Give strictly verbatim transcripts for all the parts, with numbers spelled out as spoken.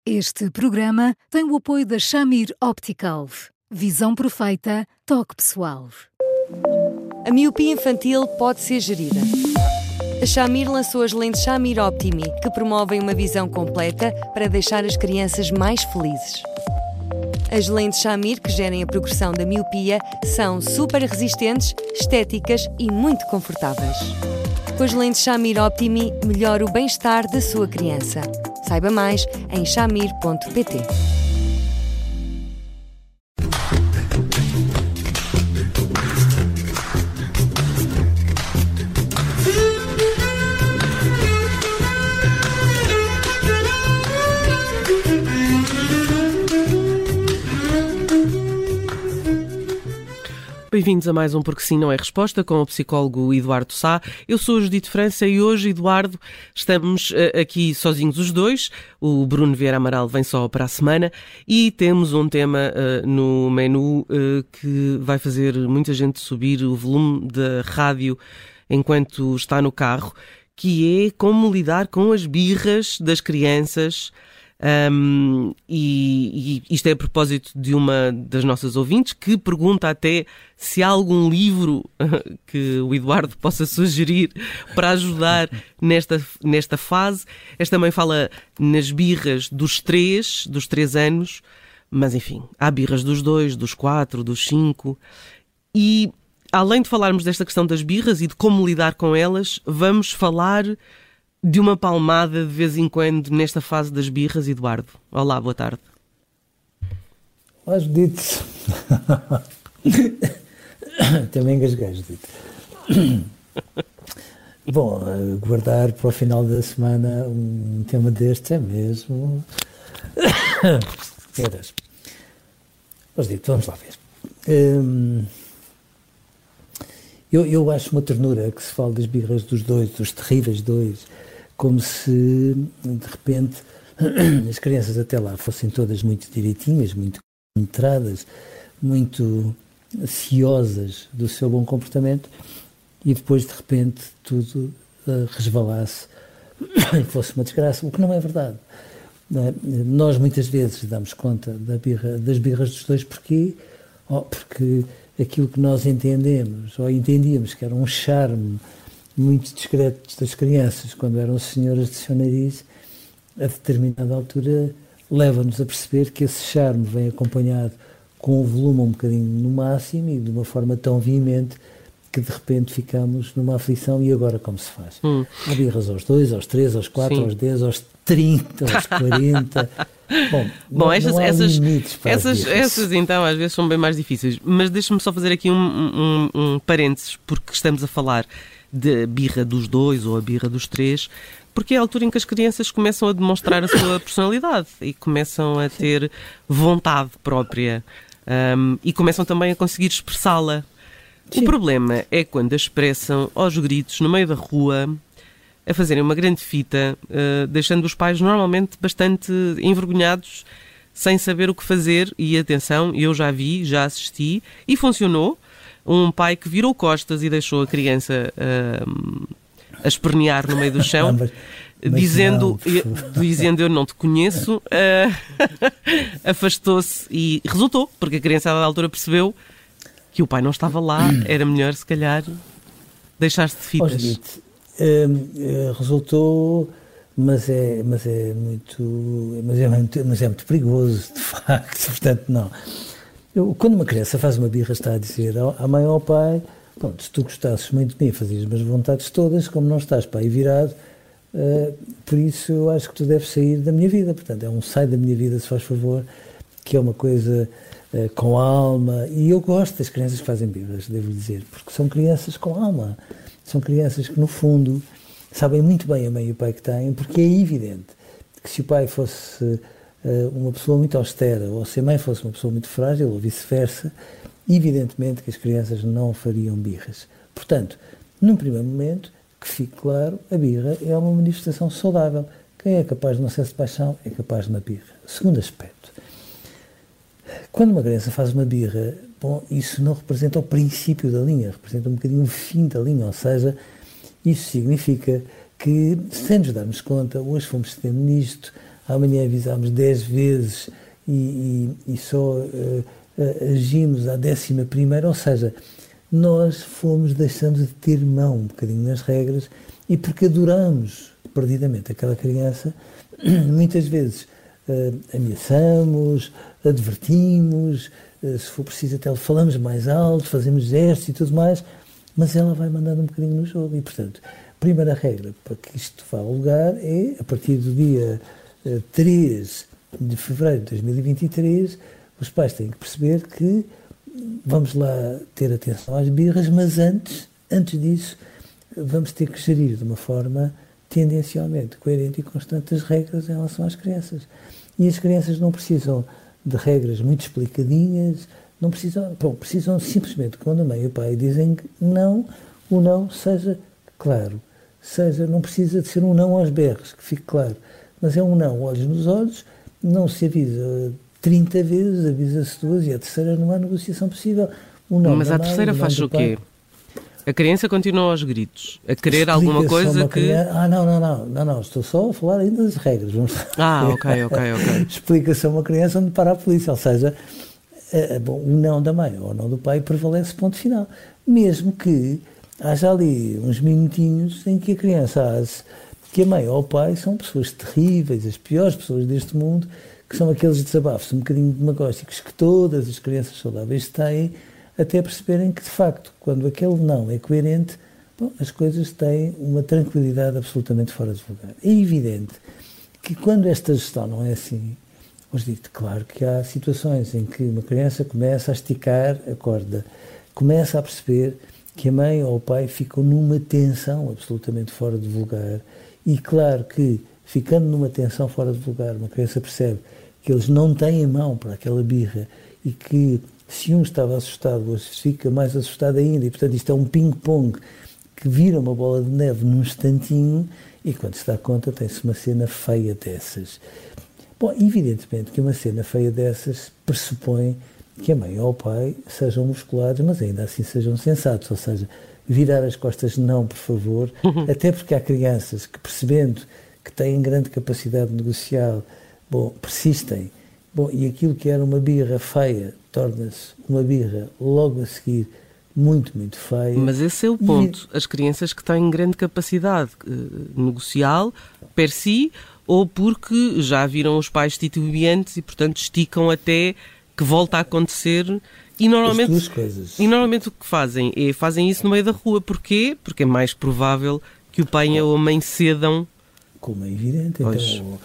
Este programa tem o apoio da Shamir Optical. Visão perfeita, toque pessoal. A miopia infantil pode ser gerida. A Shamir lançou as lentes Shamir Optimi, que promovem uma visão completa para deixar as crianças mais felizes. As lentes Shamir, que gerem a progressão da miopia, são super resistentes, estéticas e muito confortáveis. Com as lentes Shamir Optimi, melhora o bem-estar da sua criança. Saiba mais em shamir ponto pt. Bem-vindos a mais um Porque Sim Não É Resposta com o psicólogo Eduardo Sá. Eu sou a Judite França e hoje, Eduardo, estamos uh, aqui sozinhos os dois. O Bruno Vieira Amaral vem só para a semana e temos um tema uh, no menu uh, que vai fazer muita gente subir o volume da rádio enquanto está no carro, que é como lidar com as birras das crianças. Um, e, e isto é a propósito de uma das nossas ouvintes que pergunta até se há algum livro que o Eduardo possa sugerir para ajudar nesta, nesta fase. Esta mãe fala nas birras dos três, dos três anos, mas enfim, há birras dos dois, dos quatro, dos cinco. E além de falarmos desta questão das birras e de como lidar com elas, vamos falar de uma palmada de vez em quando nesta fase das birras, Eduardo. Olá, boa tarde. Olá, Judite. Também engasguei, Judite. Bom, guardar para o final da semana um tema deste é mesmo... Meu Deus. Mas, Judite, vamos lá ver. Hum... Eu, eu acho uma ternura que se fala das birras dos dois, dos terríveis dois, como se, de repente, as crianças até lá fossem todas muito direitinhas, muito concentradas, muito ciosas do seu bom comportamento, e depois, de repente, tudo uh, resvalasse e fosse uma desgraça, o que não é verdade. Uh, nós, muitas vezes, damos conta da birra, das birras dos dois, porquê? Oh, porque aquilo que nós entendemos, ou entendíamos que era um charme muito discreto das crianças, quando eram senhoras de seu nariz, a determinada altura leva-nos a perceber que esse charme vem acompanhado com o volume um bocadinho no máximo e de uma forma tão veemente que de repente ficamos numa aflição. E agora como se faz? Hum. Há birras aos dois, aos três, aos quatro, Sim. aos dez, aos trinta, aos quarenta... Bom, Bom não, estas, não essas, essas, essas, essas então às vezes são bem mais difíceis, mas deixa-me só fazer aqui um, um, um parênteses, porque estamos a falar de birra dos dois ou a birra dos três, porque é a altura em que as crianças começam a demonstrar a sua personalidade e começam a ter vontade própria um, e começam também a conseguir expressá-la. Sim. O problema é quando a expressam aos gritos no meio da rua, a fazerem uma grande fita, uh, deixando os pais normalmente bastante envergonhados, sem saber o que fazer. E atenção, eu já vi, já assisti, e funcionou. Um pai que virou costas e deixou a criança uh, a espernear no meio do chão, ah, mas, mas dizendo, não, dizendo eu não te conheço, uh, afastou-se e resultou, porque a criança à altura percebeu que o pai não estava lá, era melhor se calhar deixar-se de fitas. Uh, resultou, mas é, mas é muito, mas é muito, mas é muito perigoso, de facto. Portanto, não. Eu, quando uma criança faz uma birra, está a dizer à mãe ou ao pai: pronto, se tu gostasses muito de mim, fazias as minhas vontades todas, como não estás para aí virado, uh, por isso eu acho que tu deves sair da minha vida. Portanto, é um sai da minha vida, se faz favor, que é uma coisa uh, com alma. E eu gosto das crianças que fazem birras, devo dizer, porque são crianças com alma. São crianças que, no fundo, sabem muito bem a mãe e o pai que têm, porque é evidente que se o pai fosse uh, uma pessoa muito austera ou se a mãe fosse uma pessoa muito frágil ou vice-versa, evidentemente que as crianças não fariam birras. Portanto, num primeiro momento, que fique claro, a birra é uma manifestação saudável. Quem é capaz de não ser de paixão é capaz de uma birra. Segundo aspecto, quando uma criança faz uma birra, bom, isso não representa o princípio da linha, representa um bocadinho o fim da linha, ou seja, isso significa que, sem nos darmos conta, hoje fomos cedendo nisto, amanhã avisámos dez vezes e, e, e só uh, uh, agimos à décima primeira, ou seja, nós fomos deixando de ter mão um bocadinho nas regras e porque adoramos perdidamente aquela criança, muitas vezes uh, ameaçamos, advertimos, uh, se for preciso até falamos mais alto, fazemos gestos e tudo mais, mas ela vai mandando um bocadinho no jogo e, portanto, a primeira regra para que isto vá ao lugar é, a partir do dia uh, três de fevereiro de dois mil e vinte e três, os pais têm que perceber que vamos lá ter atenção às birras, mas antes, antes disso, vamos ter que gerir de uma forma tendencialmente coerente e constante as regras em relação às crianças. E as crianças não precisam de regras muito explicadinhas, não precisam, bom, precisam simplesmente, quando a mãe e o pai dizem que não, o não seja claro, seja, não precisa de ser um não aos berros, que fique claro, mas é um não, olhos nos olhos, não se avisa trinta vezes, avisa-se duas e a terceira não há negociação possível. Um não mas a terceira faz o quê? A criança continua aos gritos, a querer Explica alguma coisa que... Criança... Ah, não, não, não, não, não, estou só a falar ainda das regras. Vamos... Ah, ok, ok, ok. Explica-se a uma criança onde para a polícia, ou seja, é, bom, o não da mãe ou o não do pai prevalece, ponto final. Mesmo que haja ali uns minutinhos em que a criança ache que a mãe ou o pai são pessoas terríveis, as piores pessoas deste mundo, que são aqueles desabafos um bocadinho demagógicos que todas as crianças saudáveis têm, até perceberem que, de facto, quando aquele não é coerente, bom, as coisas têm uma tranquilidade absolutamente fora de lugar. É evidente que quando esta gestão não é assim, hoje digo, claro que há situações em que uma criança começa a esticar a corda, começa a perceber que a mãe ou o pai ficam numa tensão absolutamente fora de lugar e claro que, ficando numa tensão fora de lugar, uma criança percebe que eles não têm mão para aquela birra e que se um estava assustado, o outro fica mais assustado ainda, e portanto isto é um ping-pong que vira uma bola de neve num instantinho e quando se dá conta tem-se uma cena feia dessas. Bom, evidentemente que uma cena feia dessas pressupõe que a mãe ou o pai sejam musculados, mas ainda assim sejam sensatos, ou seja, virar as costas não, por favor, uhum. Até porque há crianças que percebendo que têm grande capacidade negocial, bom, persistem, bom, e aquilo que era uma birra feia torna-se uma birra logo a seguir muito, muito feia. Mas esse é o ponto. E... as crianças que têm grande capacidade uh, negocial, per si, ou porque já viram os pais titubeantes e, portanto, esticam até que volta a acontecer. E normalmente, as duas coisas. E normalmente o que fazem é fazem isso no meio da rua. Porquê? Porque é mais provável que o pai ou a mãe cedam. Como é evidente. Então,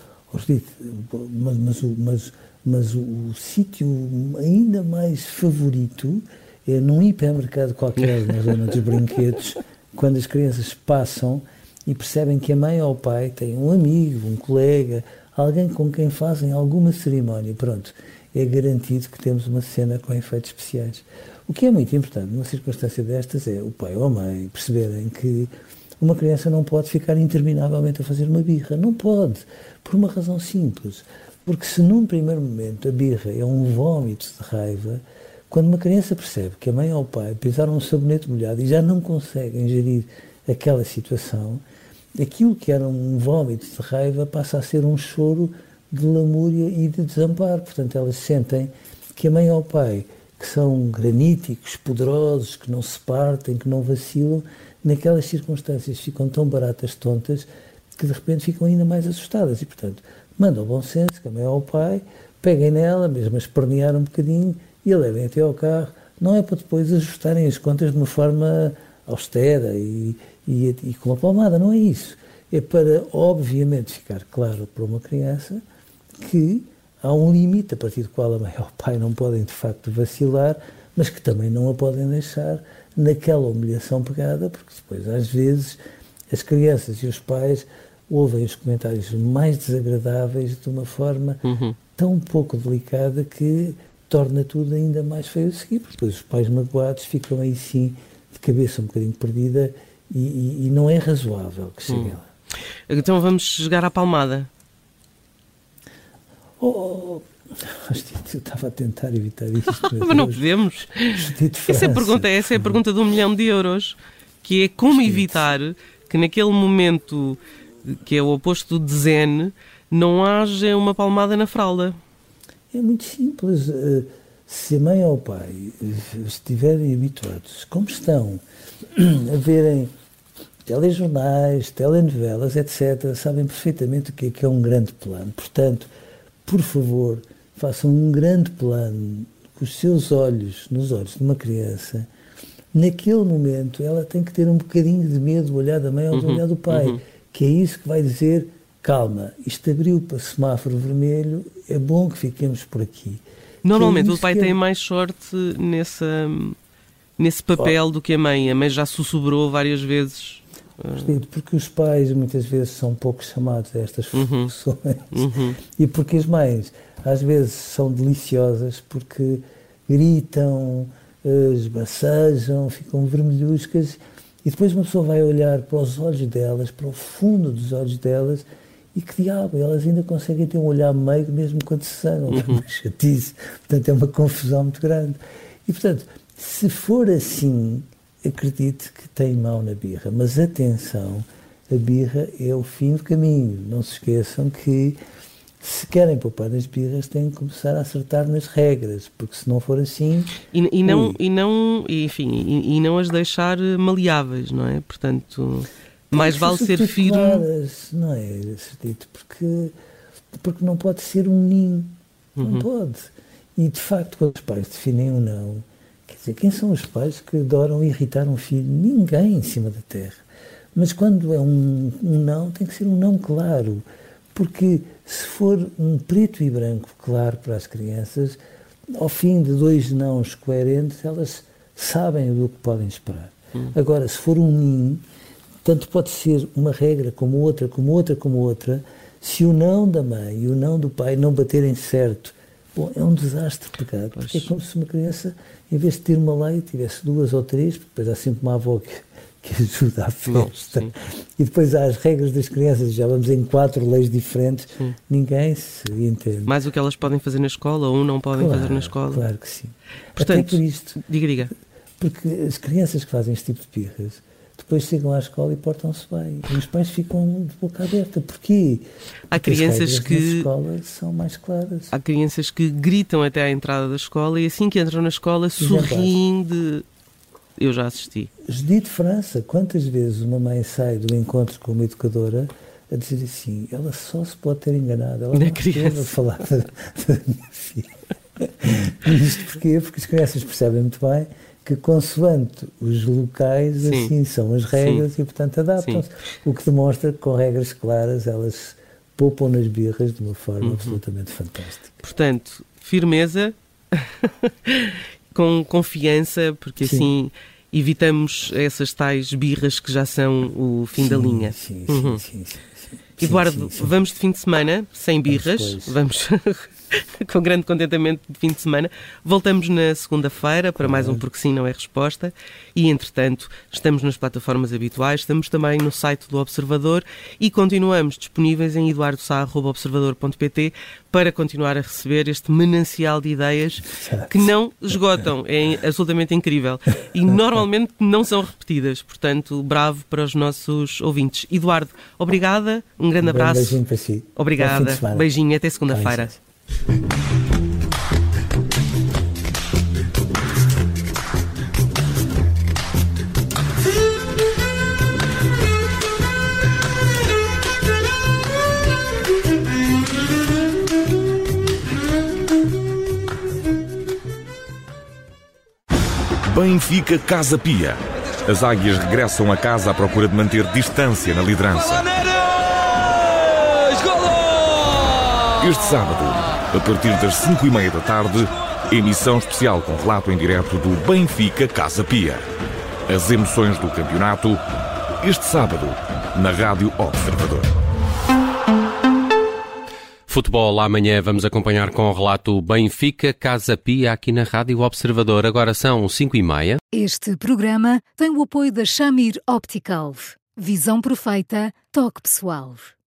mas, mas, mas, mas o, o sítio ainda mais favorito é num hipermercado qualquer, na zona dos brinquedos, quando as crianças passam e percebem que a mãe ou o pai tem um amigo, um colega, alguém com quem fazem alguma cerimónia. Pronto, é garantido que temos uma cena com efeitos especiais. O que é muito importante numa circunstância destas é o pai ou a mãe perceberem que uma criança não pode ficar interminavelmente a fazer uma birra. Não pode, por uma razão simples. Porque se num primeiro momento a birra é um vómito de raiva, quando uma criança percebe que a mãe ou o pai pisaram um sabonete molhado e já não conseguem gerir aquela situação, aquilo que era um vómito de raiva passa a ser um choro de lamúria e de desamparo. Portanto, elas sentem que a mãe ou o pai, que são graníticos, poderosos, que não se partem, que não vacilam, naquelas circunstâncias ficam tão baratas, tontas, que de repente ficam ainda mais assustadas. E, portanto, mandam o bom senso que a mãe ou o pai peguem nela, mesmo a espernear um bocadinho, e a levem até ao carro. Não é para depois ajustarem as contas de uma forma austera e, e, e com uma palmada, não é isso. É para, obviamente, ficar claro para uma criança que há um limite a partir do qual a mãe ou o pai não podem, de facto, vacilar, mas que também não a podem deixar naquela humilhação pegada, porque depois, às vezes, as crianças e os pais ouvem os comentários mais desagradáveis de uma forma uhum. tão pouco delicada que torna tudo ainda mais feio a seguir, porque depois os pais magoados ficam aí sim de cabeça um bocadinho perdida e, e, e não é razoável que cheguem lá. Então vamos chegar à palmada. Oh, oh, oh, eu estava a tentar evitar isto. Mas não podemos. Essa é, a pergunta, essa é a pergunta de um milhão de euros, que é como evitar que naquele momento que é o oposto do zen, não haja uma palmada na fralda. É muito simples. Se a mãe ou o pai estiverem habituados, como estão, a verem telejornais, telenovelas, etcétera, sabem perfeitamente o que é que é um grande plano. Portanto, por favor, façam um grande plano com os seus olhos, nos olhos de uma criança. Naquele momento, ela tem que ter um bocadinho de medo do olhar da mãe ou do uhum, olhar do pai, uhum. que é isso que vai dizer, calma, isto abriu para semáforo vermelho, é bom que fiquemos por aqui. Normalmente é o pai que... tem mais sorte nessa, nesse papel oh. do que a mãe. A mãe já sussurrou várias vezes. Porque os pais muitas vezes são pouco chamados a estas uhum. funções. Uhum. E porque as mães às vezes são deliciosas porque gritam, esbacejam, ficam vermelhuscas e depois uma pessoa vai olhar para os olhos delas, para o fundo dos olhos delas e que diabo, elas ainda conseguem ter um olhar meio mesmo quando se sangam, uhum. uma chatice. Portanto, é uma confusão muito grande. E, portanto, se for assim, acredite que tem mão na birra. Mas atenção, a birra é o fim do caminho. Não se esqueçam que, se querem poupar as birras, têm que começar a acertar nas regras, porque se não for assim... E, e, não, e, não, enfim, e, e não as deixar maleáveis, não é? Portanto... Mais vale ser firme. Claras, não é, Cerdito, porque, porque não pode ser um ninho. Não uhum. pode. E, de facto, quando os pais definem um não, quer dizer, quem são os pais que adoram irritar um filho? Ninguém em cima da terra. Mas quando é um, um não, tem que ser um não claro. Porque se for um preto e branco claro para as crianças, ao fim de dois nãos coerentes, elas sabem do que podem esperar. Uhum. Agora, se for um ninho, tanto pode ser uma regra como outra, como outra, como outra, se o não da mãe e o não do pai não baterem certo, bom, é um desastre pecado, porque é como se uma criança, em vez de ter uma lei, tivesse duas ou três, porque depois há sempre uma avó que, que ajuda à festa, não, e depois há as regras das crianças, já vamos em quatro leis diferentes, sim. Ninguém se entende. Mais o que elas podem fazer na escola ou não podem claro, fazer na escola. Claro que sim. Portanto, até por isto, diga, diga. Porque as crianças que fazem este tipo de birras, depois chegam à escola e portam-se bem. E os pais ficam de boca aberta. Porquê? Há Porque crianças as que na escola são mais claras. Há crianças que gritam até à entrada da escola e assim que entram na escola sorriem de... Eu já assisti. Judite França, quantas vezes uma mãe sai do encontro com uma educadora a dizer assim, ela só se pode ter enganado, ela não esteve a falar da, da minha filha. E isto porquê? Porque as crianças percebem muito bem que consoante os locais, sim, assim são as regras, sim, e portanto adaptam-se. O que demonstra que com regras claras elas poupam nas birras de uma forma uhum. absolutamente fantástica. Portanto, firmeza, com confiança, porque sim, assim evitamos essas tais birras que já são o fim sim, da linha. Sim, uhum. sim, sim, sim, sim. Eduardo, sim, sim, sim. vamos de fim de semana, sem birras, vamos... com grande contentamento de fim de semana. Voltamos na segunda-feira para mais um Porque Sim Não É Resposta e, entretanto, estamos nas plataformas habituais, estamos também no site do Observador e continuamos disponíveis em eduardo sá arroba observador ponto pt para continuar a receber este manancial de ideias que não esgotam. É absolutamente incrível e normalmente não são repetidas. Portanto, bravo para os nossos ouvintes. Eduardo, obrigada, um grande um abraço. Beijinho para si. Obrigada, beijinho, até segunda-feira. Benfica Casa Pia. As águias regressam a casa à procura de manter distância na liderança. Este sábado, a partir das cinco e meia da tarde, emissão especial com relato em direto do Benfica Casa Pia. As emoções do campeonato, este sábado, na Rádio Observador. Futebol, amanhã vamos acompanhar com o relato Benfica Casa Pia aqui na Rádio Observador. Agora são cinco e meia. Este programa tem o apoio da Shamir Optical. Visão perfeita, toque pessoal.